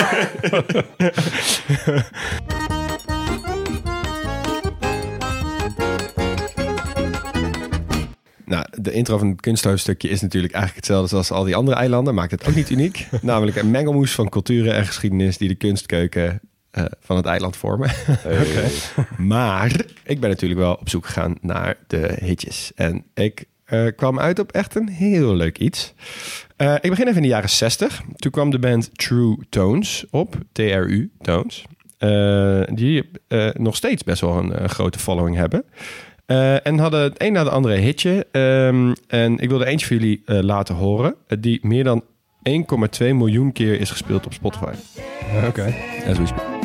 Nou, de intro van het kunsthoofdstukje is natuurlijk eigenlijk hetzelfde als al die andere eilanden. Maakt het ook niet uniek. Namelijk een mengelmoes van culturen en geschiedenis die de kunstkeuken uh, van het eiland vormen. Hey. Maar ik ben natuurlijk wel op zoek gegaan naar de hitjes. En ik uh, kwam uit op echt een heel leuk iets. Uh, ik begin even in de jaren zestig. Toen kwam de band True Tones op. T R U, Tones. Uh, die uh, nog steeds best wel een uh, grote following hebben. Uh, en hadden het een na de andere hitje. Um, en ik wilde eentje voor jullie uh, laten horen. Uh, die meer dan één komma twee miljoen keer is gespeeld op Spotify. Oké. Okay. As we speak.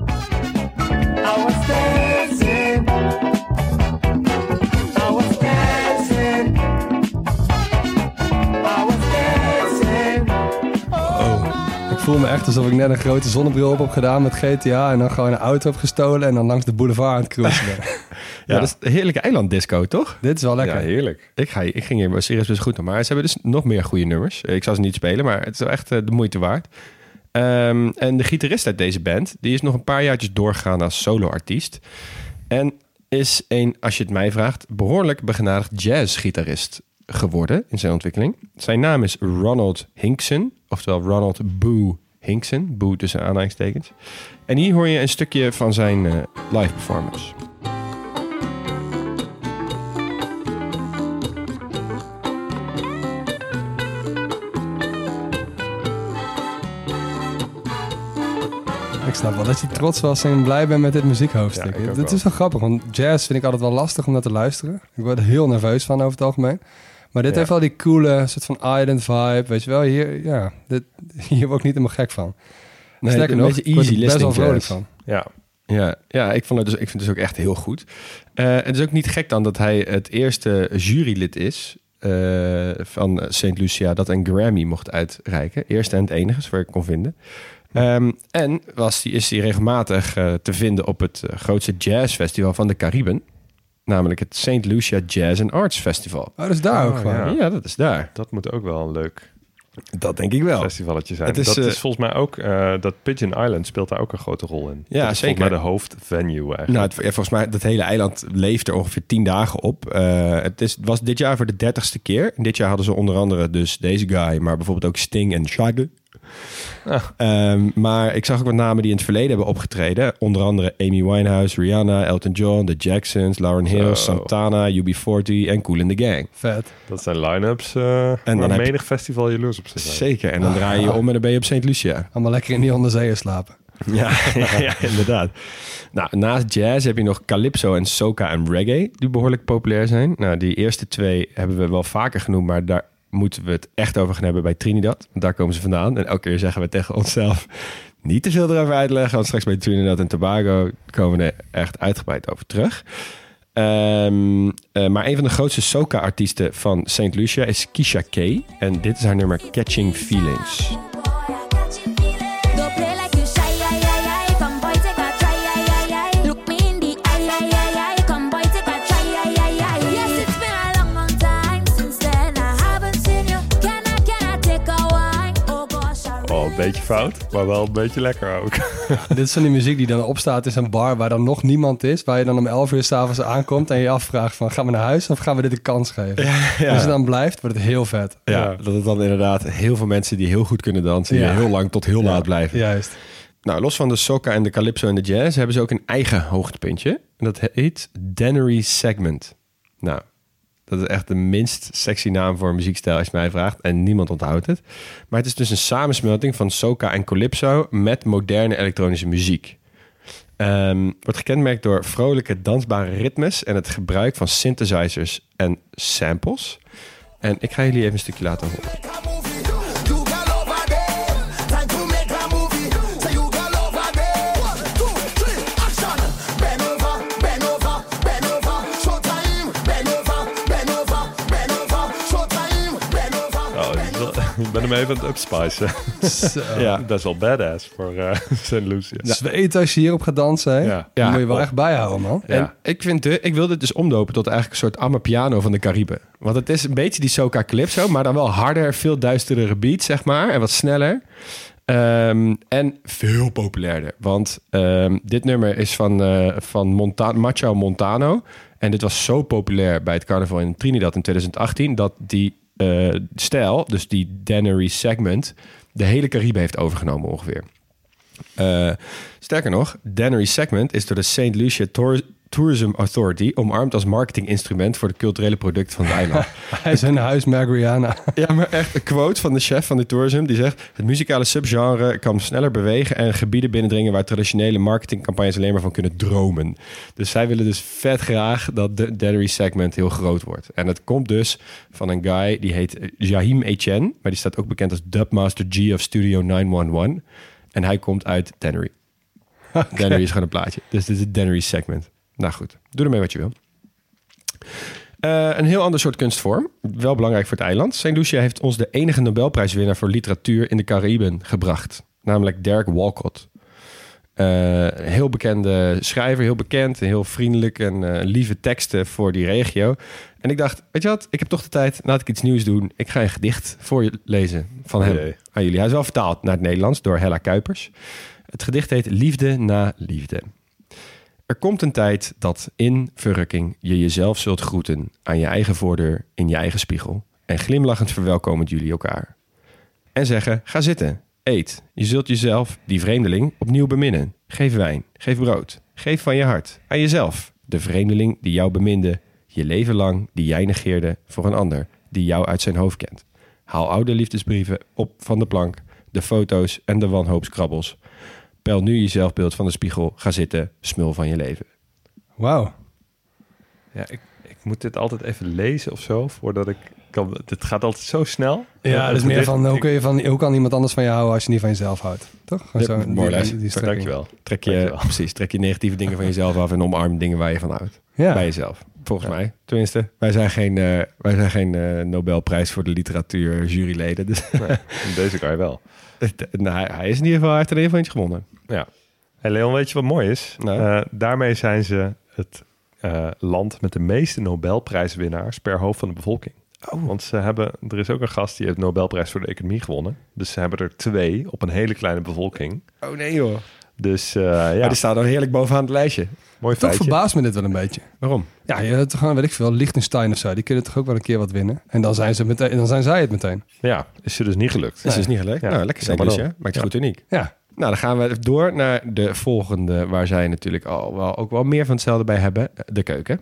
I was dancing. I was dancing. I was dancing. Oh, ik voel me echt alsof ik net een grote zonnebril op heb gedaan met G T A... en dan gewoon een auto heb gestolen en dan langs de boulevard aan het cruisen ben. Ja, dat is een heerlijke eilanddisco, toch? Dit is wel lekker. Ja, heerlijk. Ik, ga, ik ging hier serieus best goed om. Maar ze hebben dus nog meer goede nummers. Ik zou ze niet spelen, maar het is wel echt uh, de moeite waard. Um, en de gitarist uit deze band, die is nog een paar jaartjes doorgegaan als solo-artiest. En is een, als je het mij vraagt, behoorlijk begenadigd jazzgitarist geworden in zijn ontwikkeling. Zijn naam is Ronald Hinkson, oftewel Ronald Boo Hinkson. Boo tussen aanhalingstekens. En hier hoor je een stukje van zijn uh, live performance. Ik snap wel dat je trots was en blij bent met dit muziekhoofdstuk. Ja, ik ook Het wel. is wel grappig, want jazz vind ik altijd wel lastig om naar te luisteren. Ik word er heel nerveus van over het algemeen. Maar dit Ja. heeft wel die coole soort van island vibe. Weet je wel, hier, ja, dit, hier word ik niet helemaal gek van. Nee, Sterker een nog, beetje ik word easy er best wel listening vrolijk jazz. van. Ja, Ja, ja ik, vond het dus, ik vind het dus ook echt heel goed. Uh, het is ook niet gek dan dat hij het eerste jurylid is uh, van Saint Lucia dat een Grammy mocht uitreiken. Eerste en het enige, zover ik kon vinden. Um, en was die, is hij regelmatig uh, te vinden op het uh, grootste jazzfestival van de Cariben. Namelijk het Saint Lucia Jazz and Arts Festival. Oh, dat is daar Oh, ook gewoon. ja. Ja, dat is daar. dat moet ook wel een leuk Dat denk ik wel. festivalletje zijn. Het is, dat uh, is volgens mij ook, uh, dat Pigeon Island speelt daar ook een grote rol in. Ja, dat is zeker. volgens mij de hoofdvenue eigenlijk. Nou, het, ja, volgens mij, dat hele eiland leeft er ongeveer tien dagen op. Uh, het is, was dit jaar voor de dertigste keer. En dit jaar hadden ze onder andere dus deze guy, maar bijvoorbeeld ook Sting en Shaggy. Ah. Um, maar ik zag ook wat namen die in het verleden hebben opgetreden. Onder andere Amy Winehouse, Rihanna, Elton John, The Jacksons, Lauryn Hill, Zo. Santana, U B forty en Kool in the Gang. Vet. Dat zijn line-ups uh, en dan waar heb je- menig festival jaloers op zijn. Zeker. En dan draai je je om en dan ben je op Saint Lucia. Allemaal lekker in die onderzeeën slapen. Ja, ja, ja, inderdaad. Nou, naast jazz heb je nog calypso en soca en reggae, die behoorlijk populair zijn. Nou, die eerste twee hebben we wel vaker genoemd, maar daar moeten we het echt over gaan hebben bij Trinidad. Want daar komen ze vandaan. En elke keer zeggen we tegen onszelf niet te veel erover uitleggen, want straks bij Trinidad en Tobago komen we er echt uitgebreid over terug. Um, uh, maar een van de grootste soca-artiesten van Saint Lucia is Keisha K. En dit is haar nummer Catching Feelings. Don't play like you shy, ay, ay, ay. Come boy, take a try, ay, ay, ay. Look me in the eye, ay, ay, ay. Come boy, take a try, ay, ay, ay. Yes, it's been a long, long time since then. I haven't seen you. Can I, can I take a wine? Oh gosh, I Oh, een beetje fout, maar wel een beetje lekker ook. Dit is van die muziek die dan opstaat in een bar waar dan nog niemand is. Waar je dan om elf uur 's avonds aankomt en je afvraagt van gaan we naar huis of gaan we dit een kans geven? Ja. Als je dan blijft, wordt het heel vet. Ja, dat het dan inderdaad heel veel mensen die heel goed kunnen dansen, die Ja. heel lang tot heel Ja. laat blijven. Juist. Nou, los van de soca en de calypso en de jazz hebben ze ook een eigen hoogtepuntje. En dat heet Dannery Segment. Nou, dat is echt de minst sexy naam voor een muziekstijl als je mij vraagt. En niemand onthoudt het. Maar het is dus een samensmelting van soca en calypso met moderne elektronische muziek. Um, wordt gekenmerkt door vrolijke dansbare ritmes en het gebruik van synthesizers en samples. En ik ga jullie even een stukje laten horen. You got over there. Time to make a movie. So you got over there. One, two, three, action. Bend over, bend over, bend over. Showtime. Bend over, bend over, bend over. Showtime. Bend over. Oh, dit is wel- ik ben hem even aan het upspicen. Zo. Ja. Dat is wel badass voor uh, Saint Lucia. Zweet als je hierop gaat dansen, hè? Ja. Dat Ja. moet je wel echt bijhouden, man. Ja. En ik, vind de, ik wil dit dus omdopen tot eigenlijk een soort Amapiano van de Cariben. Want het is een beetje die soca calypso, maar dan wel harder, veel duisterere beats, zeg maar. En wat sneller. Um, en veel populairder. Want um, dit nummer is van, uh, van Monta- Macho Montano. En dit was zo populair bij het carnaval in Trinidad in twintig achttien... dat die uh, stijl, dus die Dannery Segment, de hele Cariben heeft overgenomen ongeveer. Uh, sterker nog, Dannery Segment is door de Saint Lucia Tour- Tourism Authority omarmd als marketinginstrument voor de culturele producten van het eiland. Hij is hun huismerk Rihanna. Ja, maar echt een quote van de chef van de tourism die zegt: het muzikale subgenre kan sneller bewegen en gebieden binnendringen waar traditionele marketingcampagnes alleen maar van kunnen dromen. Dus zij willen dus vet graag dat de Dannery Segment heel groot wordt. En het komt dus van een guy die heet Jahim Etienne, maar die staat ook bekend als Dubmaster G of Studio negen elf. En hij komt uit Dannery. Okay. Dannery is gewoon een plaatje. Dus dit is het Dannery Segment. Nou goed, doe ermee wat je wil. Uh, een heel ander soort kunstvorm. Wel belangrijk voor het eiland. Saint Lucia heeft ons de enige Nobelprijswinnaar voor literatuur in de Cariben gebracht. Namelijk Derek Walcott. Uh, heel bekende schrijver, heel bekend, heel vriendelijk en uh, lieve teksten voor die regio. En ik dacht, weet je wat, ik heb toch de tijd, laat ik iets nieuws doen. Ik ga een gedicht voor je lezen van oh hem jee. aan jullie. Hij is wel vertaald naar het Nederlands door Hella Kuipers. Het gedicht heet Liefde na Liefde. Er komt een tijd dat in verrukking je jezelf zult groeten aan je eigen voordeur in je eigen spiegel en glimlachend verwelkomend jullie elkaar. En zeggen, ga zitten, eet. Je zult jezelf, die vreemdeling, opnieuw beminnen. Geef wijn, geef brood, geef van je hart aan jezelf, de vreemdeling die jou beminde, je leven lang die jij negeerde voor een ander die jou uit zijn hoofd kent. Haal oude liefdesbrieven op van de plank, de foto's en de wanhoopskrabbels. Pel nu je zelfbeeld van de spiegel, ga zitten, smul van je leven. Wauw. Ja, ik, ik moet dit altijd even lezen of zo, voordat ik kan... Dit gaat altijd zo snel. Ja, dat is meer dit- van hoe, ik- kun je van hoe kan iemand anders van je houden als je niet van jezelf houdt? Toch? Gewoon Ja, zo, mooi, die, Les. die, die strekking. Dankjewel. Trek je, Dankjewel. precies, trek je negatieve dingen van jezelf af en omarm dingen waar je van houdt. Ja. Bij jezelf, volgens mij. Tenminste, wij zijn geen, eh, wij zijn geen eh, Nobelprijs voor de literatuur juryleden. Dus Nee, deze kan je wel. nou, hij- hij is in ieder geval, hij heeft er in ieder geval eentje gewonnen. Ja. Hey Leon, weet je wat mooi is? Nou? Eh, daarmee zijn ze het eh, land met de meeste Nobelprijswinnaars per hoofd van de bevolking. Oh. Want ze hebben, er is ook een gast die heeft de Nobelprijs voor de economie gewonnen. Dus ze hebben er twee op een hele kleine bevolking. Oh nee joh. Dus eh, ja, Ja, die staat dan heerlijk bovenaan het lijstje. mooi Toch feitje. verbaast me dit wel een beetje. Waarom? Ja, je hebt toch gewoon, weet ik veel, Liechtenstein of zo. Die kunnen toch ook wel een keer wat winnen. En dan zijn, ze meteen, dan zijn zij het meteen. Ja, is ze dus niet gelukt. Is dus niet gelukt? Ja. Nou, lekker Jammer Saint dan. Lucia. Maakt je Ja. goed uniek. Ja. Nou, dan gaan we door naar de volgende, waar zij natuurlijk al wel, ook wel meer van hetzelfde bij hebben. De keuken.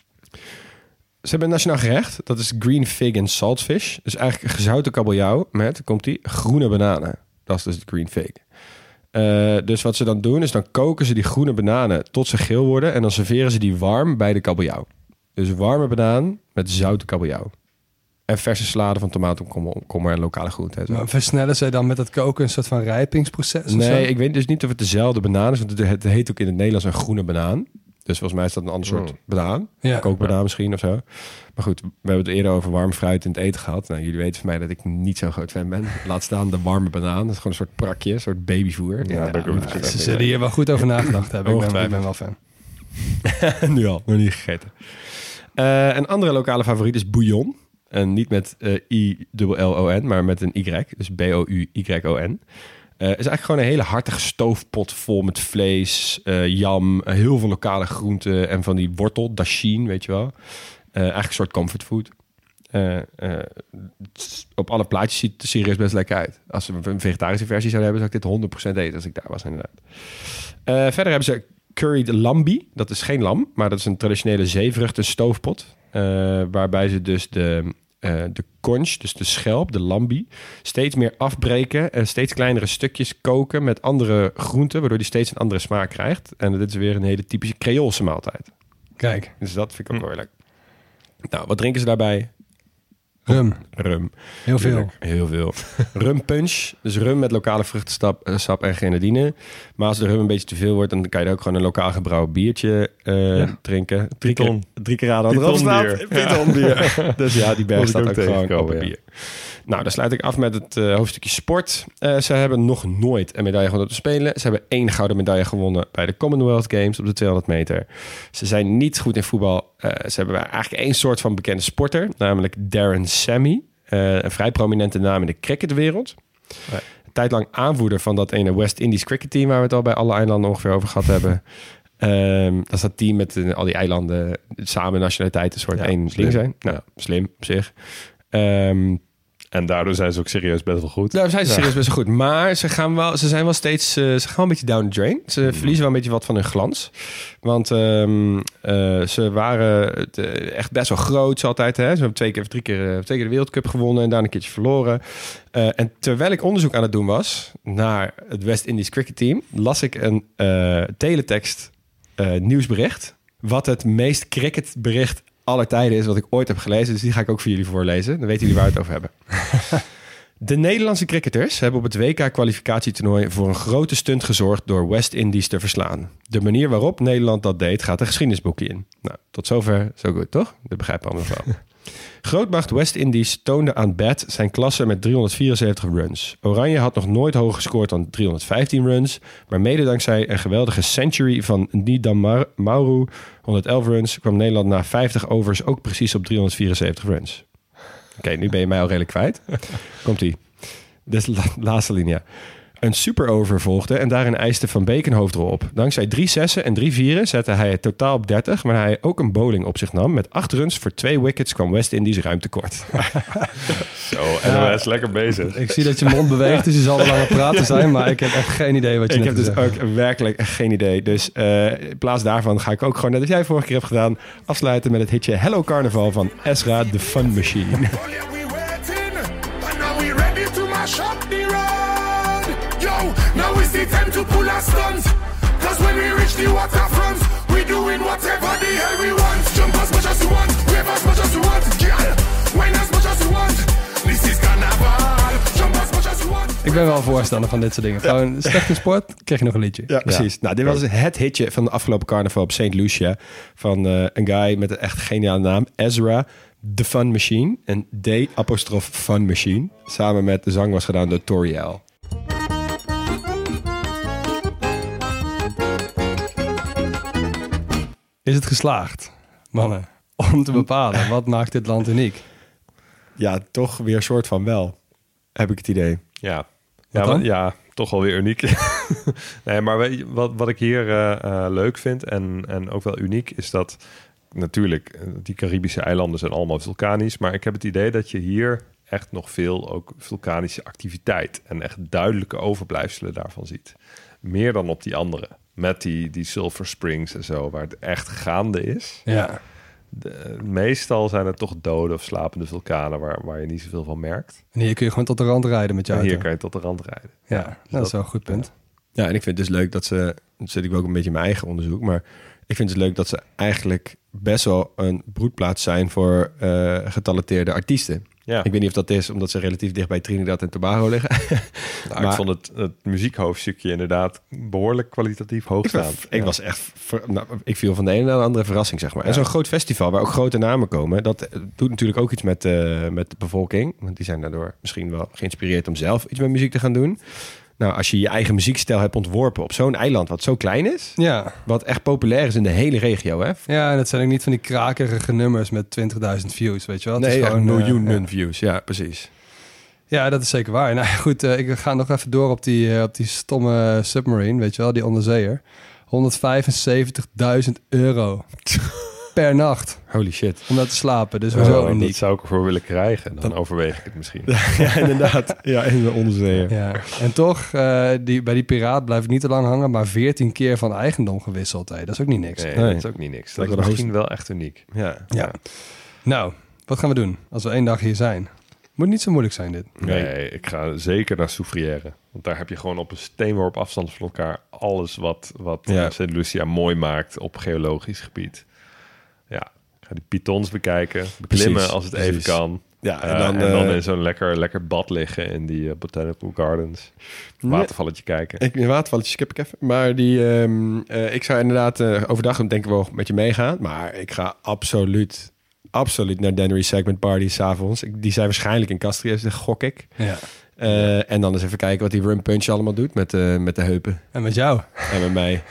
Ze hebben een nationaal gerecht. Dat is green fig en saltfish. Dus eigenlijk gezouten kabeljauw met, komt die, groene bananen. Dat is dus de green fig. Eh, dus wat ze dan doen, is dan koken ze die groene bananen tot ze geel worden. En dan serveren ze die warm bij de kabeljauw. Dus warme banaan met zoute kabeljauw. En verse salade van tomaten, komkommer en lokale groenten. en zo. Maar versnellen zij dan met dat koken een soort van rijpingsproces? of zo? Nee, ik weet dus niet of het dezelfde banaan is. Want het, het heet ook in het Nederlands een groene banaan. Dus volgens mij is dat een ander soort Mm. banaan. Ja. Kookbanaan misschien of zo. Maar goed, we hebben het eerder over warm fruit in het eten gehad. Nou, jullie weten van mij dat ik niet zo'n groot fan ben. Laat staan de warme banaan. Dat is gewoon een soort prakje, een soort babyvoer. Ja, daar doe ik Ja, het ze zullen hier wel goed over nagedacht hebben. Ik ben, ik ben wel fan. Nu al, nog niet gegeten. Eh, een andere lokale favoriet is bouillon. En niet met eh, I L L O N, maar met een Y. Dus B O U Y O N. Uh, is eigenlijk gewoon een hele hartige stoofpot vol met vlees, uh, jam, uh, heel veel lokale groenten en van die wortel, dasheen, weet je wel. Uh, eigenlijk een soort comfortfood. Uh, uh, op alle plaatjes ziet het er serieus best lekker uit. Als ze een vegetarische versie zouden hebben, zou ik dit honderd procent eten als ik daar was inderdaad. Uh, verder hebben ze curried lambi. Dat is geen lam, maar dat is een traditionele zeevruchten stoofpot. Uh, waarbij ze dus de... Uh, de conch, dus de schelp, de lambi, steeds meer afbreken en steeds kleinere stukjes koken met andere groenten, waardoor die steeds een andere smaak krijgt. En dit is weer een hele typische Creoolse maaltijd. Kijk, Dus dat vind ik ook wel leuk. Nou, wat drinken ze daarbij? rum. Rum. Heel veel. Tuurlijk, heel veel. Rum punch, dus rum met lokale vruchtensap uh, sap en grenadine. Maar als de rum een beetje te veel wordt, dan kan je er ook gewoon een lokaal gebrouwen biertje uh, Ja. drinken. Drie keer, Python. drie keer raden wat erop Pythonbier. staat. Pythonbier. Dus ja, die berg Moet ik staat ook ook gewoon tegenkomen, op het ja. bier. Nou, dan sluit ik af met het uh, hoofdstukje sport. Uh, ze hebben nog nooit een medaille gewonnen op de Spelen. Ze hebben één gouden medaille gewonnen bij de Commonwealth Games op de tweehonderd meter. Ze zijn niet goed in voetbal. Uh, ze hebben eigenlijk één soort van bekende sporter, namelijk Darren Sammy. Uh, een vrij prominente naam in de cricketwereld. Ja. Een tijd lang aanvoerder van dat ene West Indies cricket-team waar we het al bij alle eilanden ongeveer over gehad hebben. Um, dat is dat team met uh, al die eilanden samen nationaliteiten een soort Ja, één slim. ding zijn. Nou, Ja. slim op zich. Um, En daardoor zijn ze ook serieus best wel goed. Daar zijn ze Ja. serieus best wel goed. Maar ze, gaan wel, ze zijn wel steeds... uh, ze gaan wel een beetje down the drain. Ze verliezen wel een beetje wat van hun glans. Want um, uh, ze waren uh, echt best wel groot altijd. Hè? Ze hebben twee keer, drie keer, uh, twee keer de Wereldcup gewonnen en daar een keertje verloren. Uh, en terwijl ik onderzoek aan het doen was naar het West Indies cricket team, las ik een uh, teletext uh, nieuwsbericht. Wat het meest cricketbericht aller tijden is wat ik ooit heb gelezen. Dus die ga ik ook voor jullie voorlezen. Dan weten jullie waar we het over hebben. De Nederlandse cricketers hebben op het W K-kwalificatietoernooi voor een grote stunt gezorgd door West Indies te verslaan. De manier waarop Nederland dat deed gaat de geschiedenisboekje in. Nou, tot zover zo goed, toch? Dat begrijpen we allemaal wel. Grootmacht West Indies toonde aan bat zijn klasse met driehonderdvierenzeventig runs. Oranje had nog nooit hoger gescoord dan driehonderdvijftien runs, maar mede dankzij een geweldige century van Nidam Mauru, honderd elf runs, kwam Nederland na vijftig overs ook precies op driehonderdvierenzeventig runs. Oké, okay, nu ben je mij al redelijk kwijt. Komt-ie. Dit is de la- laatste linia. een super-over volgde en daarin eiste Van Beek een hoofdrol op. Dankzij drie zessen en drie vieren zette hij het totaal op dertig, maar hij ook een bowling op zich nam. Met acht runs voor twee wickets kwam West Indies ruim tekort. Zo, N O S, lekker bezig. Ik zie dat je mond beweegt, dus je zal wel aan het praten zijn, maar ik heb echt geen idee wat je Ik net heb dus te zeggen. ook werkelijk echt geen idee. Dus uh, in plaats daarvan ga ik ook gewoon, net als jij vorige keer hebt gedaan, afsluiten met het hitje Hello Carnival van Ezra the Fun Machine. Oh yeah, we waiting, and now we ready to mash up the road. Yo, now is the time to pull our stunts. Cause when we reach the waterfront, we doing whatever the hell we want. Jump as much as you want, wave as much as you want, girl, wine as much as you want. This is carnaval, jump as much as you want. Ik ben wel voorstander van dit soort dingen. Gewoon slecht in sport, krijg je nog een liedje. Ja, precies. Nou, dit was het hitje van de afgelopen carnaval op Saint Lucia. Van uh, een guy met een echt geniale naam. Ezra the Fun Machine. En D apostrof Fun Machine. Samen met de zang was gedaan door Toriel. Is het geslaagd, mannen, om te bepalen wat maakt dit land uniek? Ja, toch weer een soort van wel. Heb ik het idee. Ja, Wat ja, dan? maar- ja toch wel weer uniek. Nee, maar weet je, wat, wat ik hier uh, uh, leuk vind en, en ook wel uniek is dat natuurlijk uh, die Caribische eilanden zijn allemaal vulkanisch, maar ik heb het idee dat je hier echt nog veel ook vulkanische activiteit en echt duidelijke overblijfselen daarvan ziet. Meer dan op die andere. Met die, die Sulphur Springs en zo, waar het echt gaande is. Ja. De, meestal zijn het toch dode of slapende vulkanen waar, waar je niet zoveel van merkt. En hier kun je gewoon tot de rand rijden met je En auto. hier kan je tot de rand rijden. Ja, dus dat is wel een goed punt. Ja, en ik vind het dus leuk dat ze... Dat zit ik ook een beetje in mijn eigen onderzoek. Maar ik vind het leuk dat ze eigenlijk best wel een broedplaats zijn voor uh, getalenteerde artiesten. Ja. Ik weet niet of dat is omdat ze relatief dicht bij Trinidad en Tobago liggen. Nou, Maar- ik vond het, het muziekhoofdstukje inderdaad behoorlijk kwalitatief hoog Ik, staan. ik Ja. was echt... ver- nou, ik viel van de ene naar de andere verrassing, zeg maar. En zo'n groot festival waar ook grote namen komen... dat eh, doet natuurlijk ook iets met, uh, met de bevolking. Want die zijn daardoor misschien wel geïnspireerd om zelf iets met muziek te gaan doen. Nou, als je je eigen muziekstijl hebt ontworpen op zo'n eiland wat zo klein is... Ja. wat echt populair is in de hele regio, hè? Ja, en dat zijn ook niet van die krakerige nummers met twintigduizend views, weet je wel. Het Nee, is echt gewoon, eh, miljoenen ja. views. Ja, pretzien. Ja, dat is zeker waar. Nou ja, goed, uh, ik ga nog even door op die, uh, op die stomme submarine, weet je wel, die onderzeeër. honderdvijfenzeventigduizend euro per nacht Holy shit. om daar te slapen. Dus Oh, zo dat uniek. zou ik ervoor willen krijgen. Dan overweeg ik het misschien. Ja, inderdaad. Ja, in de onderzee. Ja. En toch, uh, die, bij die piraat blijf ik niet te lang hangen, maar veertien keer van eigendom gewisseld. Hey. Dat is ook niet niks. Nee, Nee. dat is ook niet niks. Dat Dat is is misschien wel echt uniek. Ja. Ja. Nou, wat gaan we doen als we één dag hier zijn? Moet niet zo moeilijk zijn dit. Nee, Nee. ik ga zeker naar Soufrière. Want daar heb je gewoon op een steenworp afstand van elkaar alles wat, wat Ja. ja. Saint Lucia mooi maakt op geologisch gebied. Ja, ik ga die pitons bekijken, beklimmen Precies, als het precies. even kan. Ja, En en dan, dan, en dan eh, in zo'n lekker, lekker bad liggen in die uh, Botanical Gardens. Watervalletje kijken. Ik een watervalletje skip ik even. Maar die, ehm, eh, ik zou inderdaad uh, overdag denk ik wel met je meegaan. Maar ik ga absoluut, absoluut naar Dannery Segment Party s'avonds. Ik- Die zijn waarschijnlijk in Castriès, dat gok ik. Ja. Uh, en dan eens even kijken wat die Rum Punch allemaal doet met, uh, met de heupen. En met jou? En met mij.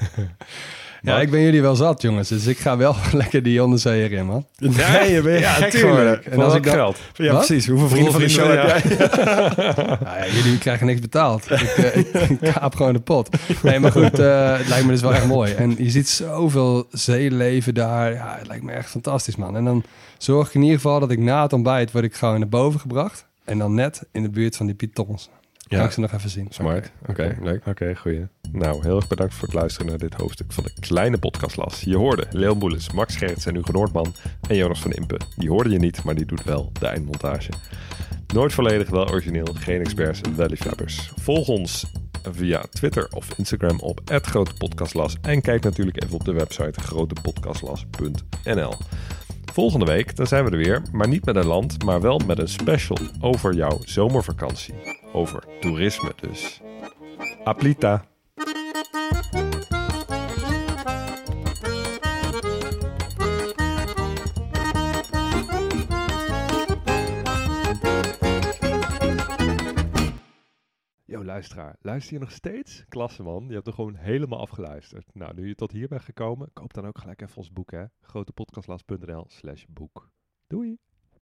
Ja, ik ben jullie wel zat, jongens. Dus ik ga wel lekker die onderzeeër in, man. Nee, je bent Ja, gek tuurlijk. geworden. En En als als ik dan- geld. Ja, Wat? precies. Hoeveel vrienden van de show vrienden, heb jij? Nou ja, jullie krijgen niks betaald. Ik, uh, ik, ik kaap gewoon de pot. Nee, maar goed, uh, het lijkt me dus wel echt mooi. En je ziet zoveel zeeleven daar. Ja, het lijkt me echt fantastisch, man. En dan zorg ik in ieder geval dat ik na het ontbijt word ik gewoon naar boven gebracht. En dan net in de buurt van die pitons. Ja. Kan ik ze nog even zien. Smart. Oké, okay, leuk. Oké, okay, goeie. Nou, heel erg bedankt voor het luisteren naar dit hoofdstuk van de kleine podcastlas. Je hoorde Leon Boelis, Max Gerrits en Hugo Noordman en Jonas van Impe. Die hoorde je niet, maar die doet wel de eindmontage. Nooit volledig, wel origineel, geen experts, wel liefhebbers. Volg ons via Twitter of Instagram op at grote podcastlas en kijk natuurlijk even op de website grotepodcastlas punt n l. Volgende week, dan zijn we er weer, maar niet met een land, maar wel met een special over jouw zomervakantie. Over toerisme dus. Aplita. Yo, luisteraar, luister je nog steeds? Klasse man, je hebt er gewoon helemaal afgeluisterd. Nou, nu je tot hier bent gekomen, koop dan ook gelijk even ons boek, hè. grotepodcastlas punt n l slash boek. Doei!